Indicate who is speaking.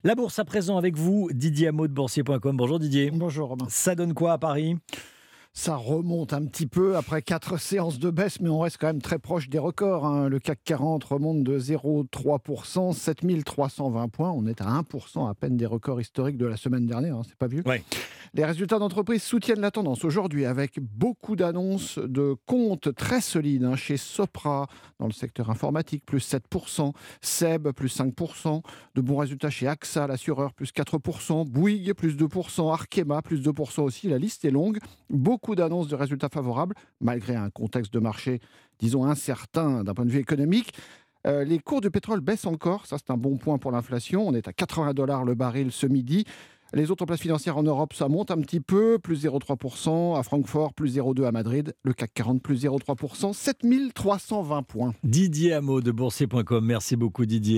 Speaker 1: La bourse à présent avec vous, Didier Hameau de boursier.com. Bonjour Didier.
Speaker 2: Bonjour Romain.
Speaker 1: Ça donne quoi à Paris?
Speaker 2: Ça remonte un petit peu après 4 séances de baisse, mais on reste quand même très proche des records, hein. Le CAC 40 remonte de 0,3%, 7320 points. On est à 1% à peine des records historiques de la semaine dernière, hein, c'est pas vieux.
Speaker 1: Ouais.
Speaker 2: Les résultats d'entreprise soutiennent la tendance aujourd'hui avec beaucoup d'annonces de comptes très solides, hein, chez Sopra dans le secteur informatique, plus 7%, Seb, plus 5%, de bons résultats chez AXA, l'assureur, plus 4%, Bouygues, plus 2%, Arkema, plus 2% aussi. La liste est longue. Beaucoup d'annonces de résultats favorables, malgré un contexte de marché, disons, incertain d'un point de vue économique. Les cours du pétrole baissent encore, ça c'est un bon point pour l'inflation. On est à 80 $ le baril ce midi. Les autres places financières en Europe, ça monte un petit peu, plus 0,3%, à Francfort, plus 0,2% à Madrid, le CAC 40, plus 0,3%, 7320 points.
Speaker 1: Didier Hameau de boursier.com. Merci beaucoup Didier.